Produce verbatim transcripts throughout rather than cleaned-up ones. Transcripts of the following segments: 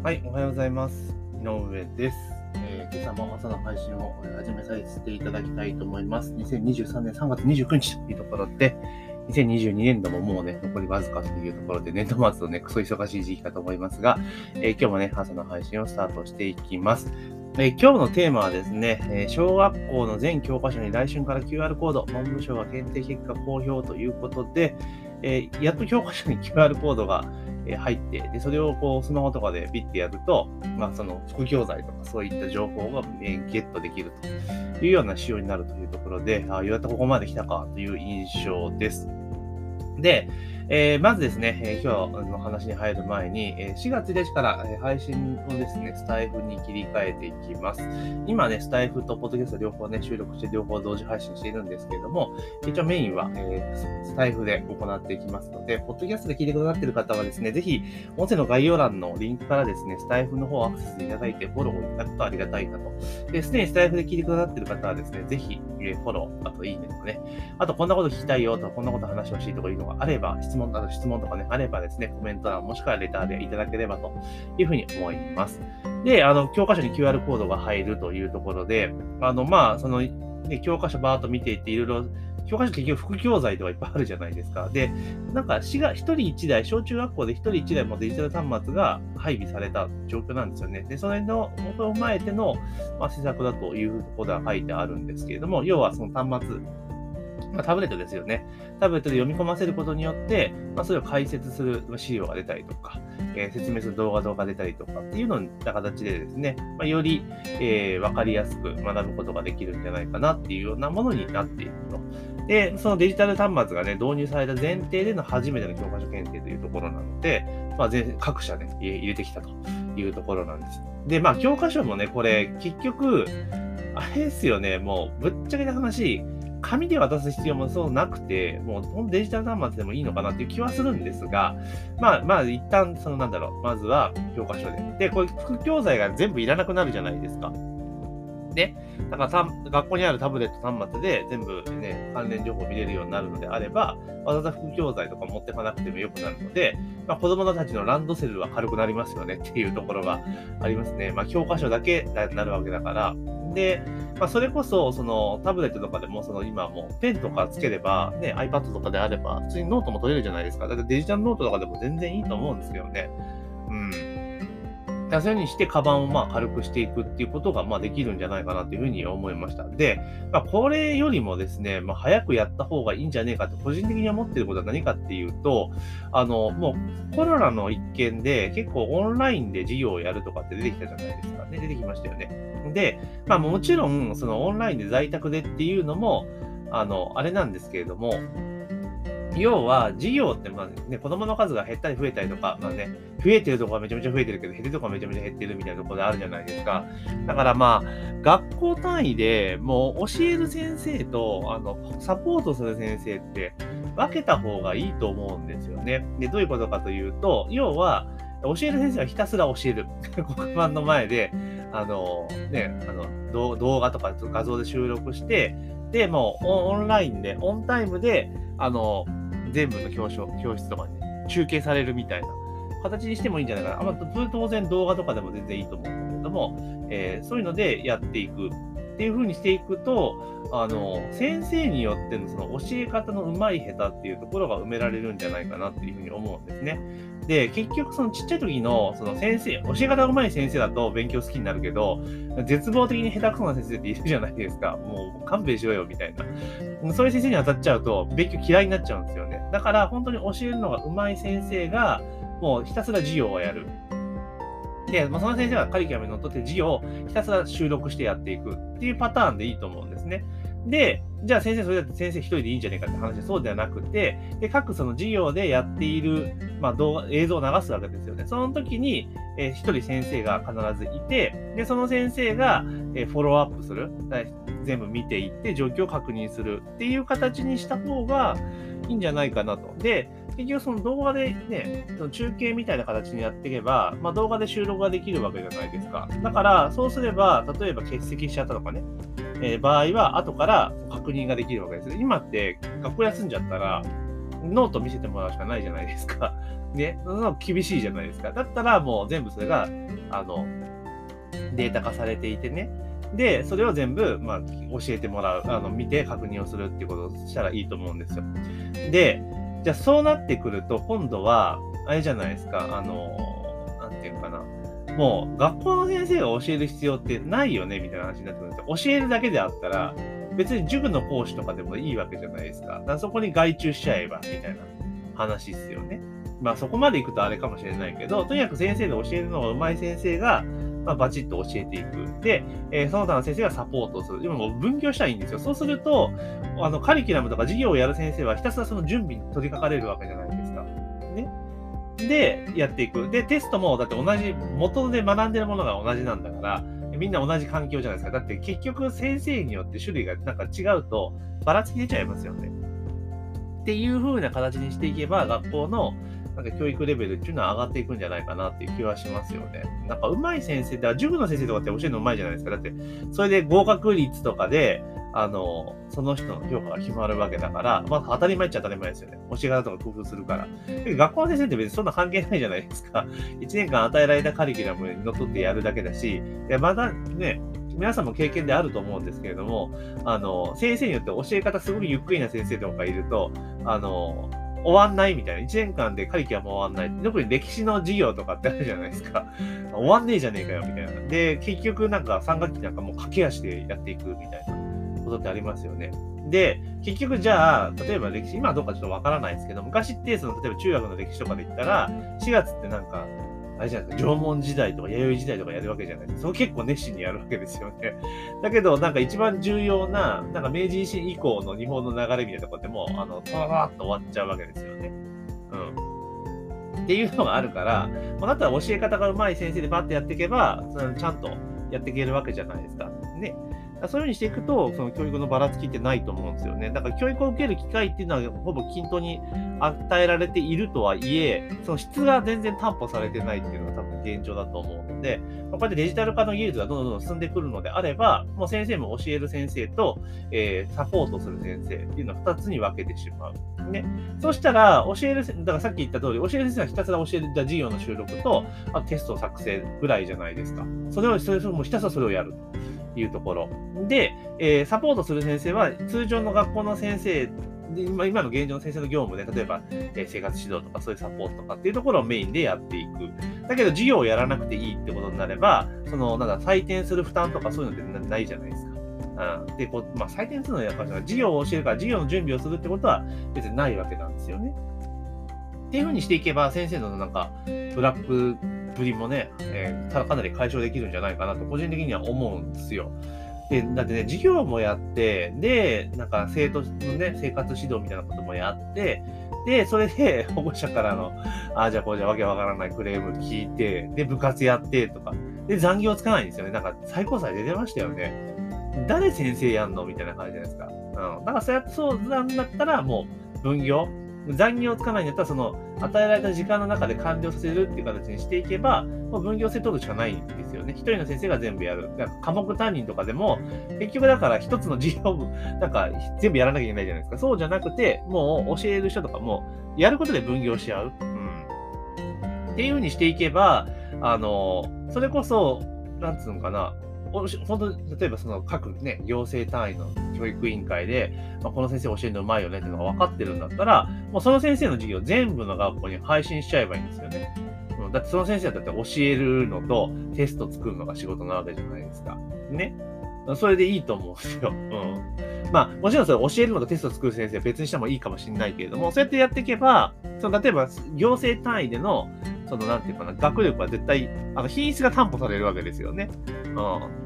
はい、おはようございます。井上です。えー今朝も朝の配信を始めさせていただきたいと思います。にせんにじゅうさんねんさんがつにじゅうくにちというところで、にせんにじゅうにねんどももうね、残りわずかというところで、年度末のね、クソ忙しい時期かと思いますが、えー今日もね、朝の配信をスタートしていきます。えー今日のテーマはですね、えー小学校の全教科書に来春から キューアール コード、文部省が検定結果公表ということで、えーやっと教科書に キューアール コードがえー入って、で、それをこう、スマホとかでピッてやると、まあ、その、副教材とかそういった情報が、えーゲットできるというような仕様になるというところで、ああ、やっとここまで来たかという印象です。で、えーまずですね、えー今日の話に入る前に、えーしがつついたちから、えー配信をですね、スタイフに切り替えていきます。今ね、スタイフとポッドキャスト両方ね、収録して両方同時配信しているんですけれども、一応メインは、えースタイフで行っていきますので、ポッドキャストで聞いてくださっている方はですね、ぜひ、音声の概要欄のリンクからですね、スタイフの方をアクセスいただいて、フォローをいただくとありがたいなと。で、すでにスタイフで聞いてくださっている方はですね、ぜひ、えーフォロー、あといいねとかね、あとこんなこと聞きたいよとか、こんなこと話してほしいとかいうのがあれば、質問、あと質問とかね、あればですね、コメント欄もしくはレターでいただければというふうに思います。で、あの、教科書に キューアール コードが入るというところで、あの、まあ、その、ね、教科書バーっと見ていって、いろいろ、教科書結局副教材とかいっぱいあるじゃないですか。で、なんか、市がひとりいちだい、小中学校でひとりいちだいもデジタル端末が配備された状況なんですよね。で、それの、それを踏まえての、まあ、施策だというところでは書いてあるんですけれども、要はその端末、まあ、タブレットですよね。タブレットで読み込ませることによって、まあ、それを解説する資料が出たりとか、えー説明する動画動画が出たりとかっていうのをいった形でですね、まあ、より、えーわかりやすく学ぶことができるんじゃないかなっていうようなものになっていると。で、そのデジタル端末がね、導入された前提での初めての教科書検定というところなので、まあ、全各社ね、入れてきたというところなんです。で、まあ、教科書もね、これ、結局、あれですよね、もう、ぶっちゃけた話、紙で渡す必要もそうなくて、もうデジタル端末でもいいのかなっていう気はするんですが、まあまあ一旦そのなんだろう、まずは教科書で。で、これ副教材が全部いらなくなるじゃないですか。で、だからた学校にあるタブレット端末で全部ね、関連情報を見れるようになるのであれば、わざわざ副教材とか持ってかなくてもよくなるので、まあ、子供たちのランドセルは軽くなりますよねっていうところがありますね。まあ教科書だけになるわけだから。で、まあ、それこそ、そのタブレットとかでも、その今もうペンとかつければ、ね、iPad とかであれば、普通にノートも取れるじゃないですか。だってデジタルノートとかでも全然いいと思うんですけどね。うん。だからそういう風にして、カバンをまあ軽くしていくっていうことがまあできるんじゃないかなというふうに思いました。で、まあ、これよりもですね、まあ、早くやった方がいいんじゃねえかって個人的に思っていることは何かっていうと、あの、もうコロナの一件で結構オンラインで授業をやるとかって出てきたじゃないですか。ね、出てきましたよね。で、まあもちろん、そのオンラインで在宅でっていうのも、あの、あれなんですけれども、要は、授業って、まあね、子供の数が減ったり増えたりとか、まあね、増えてるところはめちゃめちゃ増えてるけど、減ってるところはめちゃめちゃ減ってるみたいなところであるじゃないですか。だからまあ、学校単位でもう教える先生と、あの、サポートする先生って分けた方がいいと思うんですよね。で、どういうことかというと、要は、教える先生はひたすら教える。黒板の前で、あの、ね、あの、動画とか画像で収録して、で、もうオンラインで、オンタイムで、あの、全部の教書教室とかに、ね、中継されるみたいな形にしてもいいんじゃないかな。あまあ、当然動画とかでも全然いいと思うんだけれども、えー、そういうのでやっていくっていう風にしていくと、あの、先生によってのその教え方の上手い下手っていうところが埋められるんじゃないかなっていう風に思うんですね。で、結局そのちっちゃい時のその先生、教え方が上手い先生だと勉強好きになるけど、絶望的に下手くそな先生っているじゃないですか。もう勘弁しろよみたいな。そういう先生に当たっちゃうと勉強嫌いになっちゃうんですよね。だから本当に教えるのが上手い先生がもうひたすら授業をやる。で、まあ、その先生はカリキュラムにのっとって授業をひたすら収録してやっていくっていうパターンでいいと思うんですね。で、じゃあ先生、それだって先生一人でいいんじゃないかって話はそうではなくて、で、各その授業でやっている、まあ動画、映像を流すわけですよね。その時に、えー、一人先生が必ずいて、で、その先生が、えー、フォローアップする。全部見ていって状況を確認するっていう形にした方がいいんじゃないかなと。で、結局その動画でね、その中継みたいな形にやっていけば、まあ動画で収録ができるわけじゃないですか。だから、そうすれば、例えば欠席しちゃったとかね、えー、場合は後から確認ができるわけです。今って学校休んじゃったら、 ノート見せてもらうしかないじゃないですか。ね。その厳しいじゃないですか。だったらもう全部それが、あの、データ化されていてね。で、それを全部、まあ、教えてもらう、あの、見て確認をするっていうことをしたらいいと思うんですよ。で、じゃあそうなってくると、今度は、あれじゃないですか、あの、なんていうのかな。もう、学校の先生が教える必要ってないよね、みたいな話になってくるんですよ。教えるだけであったら、別に塾の講師とかでもいいわけじゃないですか。だからそこに外注しちゃえば、みたいな話ですよね。まあそこまで行くとあれかもしれないけど、とにかく先生で教えるのが上手い先生が、まあ、バチッと教えていく。で、えー、その他の先生がサポートをする。でももう分業したらいいんですよ。そうすると、あの、カリキュラムとか授業をやる先生はひたすらその準備に取り掛かれるわけじゃないですか。ね。で、やっていく。で、テストも、だって同じ、元で学んでるものが同じなんだから、みんな同じ環境じゃないですか。だって結局先生によって種類がなんか違うと、ばらつき出ちゃいますよね。っていう風な形にしていけば、学校のなんか教育レベルっていうのは上がっていくんじゃないかなっていう気はしますよね。なんか上手い先生って、塾の先生とかって教えるの上手いじゃないですか。だって、それで合格率とかで、あの、その人の評価が決まるわけだから、まあ当たり前っちゃ当たり前ですよね。教え方とか工夫するから。学校の先生って別にそんな関係ないじゃないですか。いちねんかん与えられたカリキュラムにのっとってやるだけだし、でまたね、皆さんも経験であると思うんですけれども、あの、先生によって教え方すごくゆっくりな先生とかいると、あの、終わんないみたいな。いちねんかんでカリキュラム終わんない。特に歴史の授業とかってあるじゃないですか。終わんねえじゃねえかよ、みたいな。で、結局なんかさん学期なんかもう駆け足でやっていくみたいなことってありますよね。で、結局じゃあ、例えば歴史、今はどうかちょっとわからないですけど、昔ってその、例えば中学の歴史とかで言ったら、しがつってなんか、あれじゃないですか、縄文時代とか弥生時代とかやるわけじゃないですか。それ結構熱心にやるわけですよね。だけど、なんか一番重要な、なんか明治維新以降の日本の流れみたいなところでも、あの、パワーっと終わっちゃうわけですよね。うん。っていうのがあるから、もうだったら教え方が上手い先生でバッてやっていけば、そのちゃんとやっていけるわけじゃないですか。ね。そういう風にしていくと、その教育のばらつきってないと思うんですよね。だから教育を受ける機会っていうのはほぼ均等に与えられているとはいえ、その質が全然担保されてないっていうのが多分現状だと思うので、こうやってデジタル化の技術がどんどんどんどん進んでくるのであれば、もう先生も教える先生と、えー、サポートする先生っていうのをふたつに分けてしまう。ね。そしたら、教える、だからさっき言った通り、教える先生はひたすら教える授業の収録と、あとテスト作成ぐらいじゃないですか。それを、それをもうひたすらそれをやる。いうところ。で、えー、サポートする先生は、通常の学校の先生、今今の現状の先生の業務で、例えば、えー、生活指導とかそういうサポートとかっていうところをメインでやっていく。だけど、授業をやらなくていいってことになれば、その、なんだ、採点する負担とかそういうのってないじゃないですか。うん、で、こう、まあ、採点するのはやっぱり、授業を教えるから、授業の準備をするってことは別にないわけなんですよね。っていう風にしていけば、先生のなんか、ブラックぶりもね、えー、ただかなり解消できるんじゃないかなと、個人的には思うんですよ。で、だってね、授業もやって、で、なんか生徒のね、生活指導みたいなこともやって、で、それで保護者からの、ああ、じゃあこうじゃわけわからないクレーム聞いて、で、部活やってとか、で、残業つかないんですよね。なんか最高裁出てましたよね。誰先生やんのみたいな感じじゃないですか。うん。だからそうやってそうなんだったら、もう分業、残業つかないんだったら、その、与えられた時間の中で完了させるっていう形にしていけば、もう分業制取るしかないんですよね。一人の先生が全部やる。だから科目担任とかでも、結局だから一つの授業部、なんか全部やらなきゃいけないじゃないですか。そうじゃなくて、もう教える人とかも、やることで分業し合う。うん。っていう風にしていけば、あの、それこそ、なんつうのかな、本当に、例えばその各ね、行政単位の教育委員会で、まあ、この先生教えるのうまいよねっていうのが分かってるんだったら、もうその先生の授業全部の学校に配信しちゃえばいいんですよね。うん、だってその先生だって教えるのとテスト作るのが仕事なわけじゃないですか。ね。それでいいと思うんですよ。うん。まあ、もちろんそれ教えるのとテスト作る先生は別にしてもいいかもしれないけれども、そうやってやっていけば、その例えば行政単位での、そのなんていうかな、学力は絶対、あの、品質が担保されるわけですよね。うん。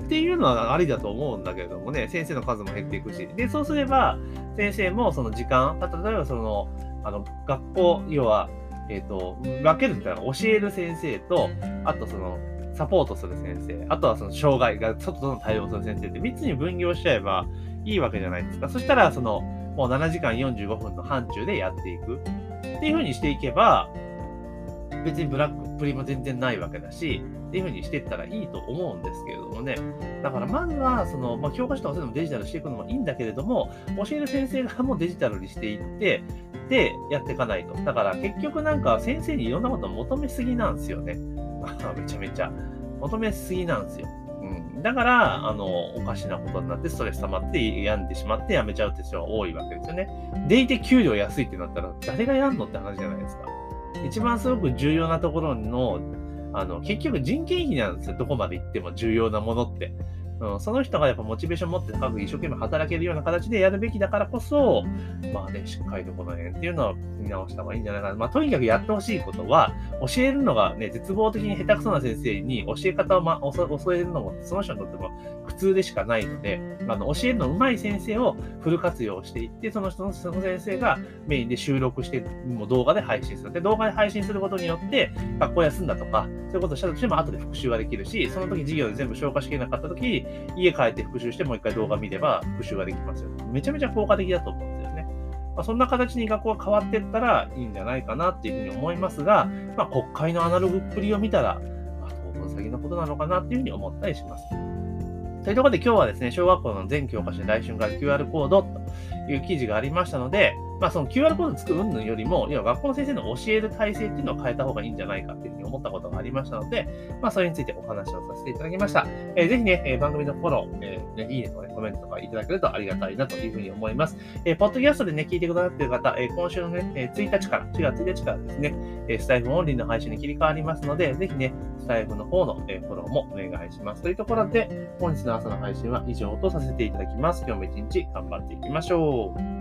っていうのはありだと思うんだけれどもね、先生の数も減っていくし。で、そうすれば、先生もその時間、例えばその、あの、学校、要は、えっと、分けるんだったら教える先生と、あとその、サポートする先生、あとはその障害が外との対応する先生ってみっつに分業しちゃえばいいわけじゃないですか。そしたら、その、もうななじかんよんじゅうごふんの範疇でやっていく。っていう風にしていけば、別にブラックっぷりも全然ないわけだし、 っていう風にしていったらいいと思うんですけれどもね。だからまずは、その、まあ、教科書とかそういうのもデジタルしていくのもいいんだけれども、教える先生側もデジタルにしていって、で、やっていかないと。だから結局なんか先生にいろんなことを求めすぎなんですよね。めちゃめちゃ。求めすぎなんですよ。うん。だから、あの、おかしなことになってストレス溜まって病んでしまって辞めちゃうって人が多いわけですよね。でいて給料安いってなったら誰がやんのって話じゃないですか。一番すごく重要なところの、あの、結局人件費なんですよ。どこまで行っても重要なものって。うん、その人がやっぱモチベーション持って高く一生懸命働けるような形でやるべきだからこそ、まあね、しっかりとこの辺っていうのは見直した方がいいんじゃないかな。まあとにかくやってほしいことは、教えるのがね、絶望的に下手くそな先生に教え方を、ま、教えるのも、その人にとっても苦痛でしかないので、あの、教えるの上手い先生をフル活用していって、その人の、その先生がメインで収録して、もう動画で配信する。で、動画で配信することによって、学校休んだとか、そういうことをしたとしても後で復習ができるし、その時授業で全部消化しきれなかった時、家帰って復習してもう一回動画見れば復習ができますよ。めちゃめちゃ効果的だと思うんですよね。まあ、そんな形に学校が変わっていったらいいんじゃないかなっていうふうに思いますが、まあ、国会のアナログっぷりを見たら、まあ、当分先のことなのかなっていうふうに思ったりします。というところで今日はですね、小学校の全教科書で来春から キューアール コードという記事がありましたので、まあその キューアール コード作る云々よりも、要は学校の先生の教える体制っていうのを変えた方がいいんじゃないかっていうふうに思ったことがありましたので、まあそれについてお話をさせていただきました。えー、ぜひね、えー、番組のフォロー、えーね、いいねとかね、コメントとかいただけるとありがたいなというふうに思います。えー、ポッドキャストでね、聞いてくださっている方、えー、今週のね、えー、ついたちから、しがつついたちからですね、えー、スタイフオンリーの配信に切り替わりますので、ぜひね、スタイフの方の、えー、フォローもお願いします。というところで、本日の朝の配信は以上とさせていただきます。今日も一日頑張っていきましょう。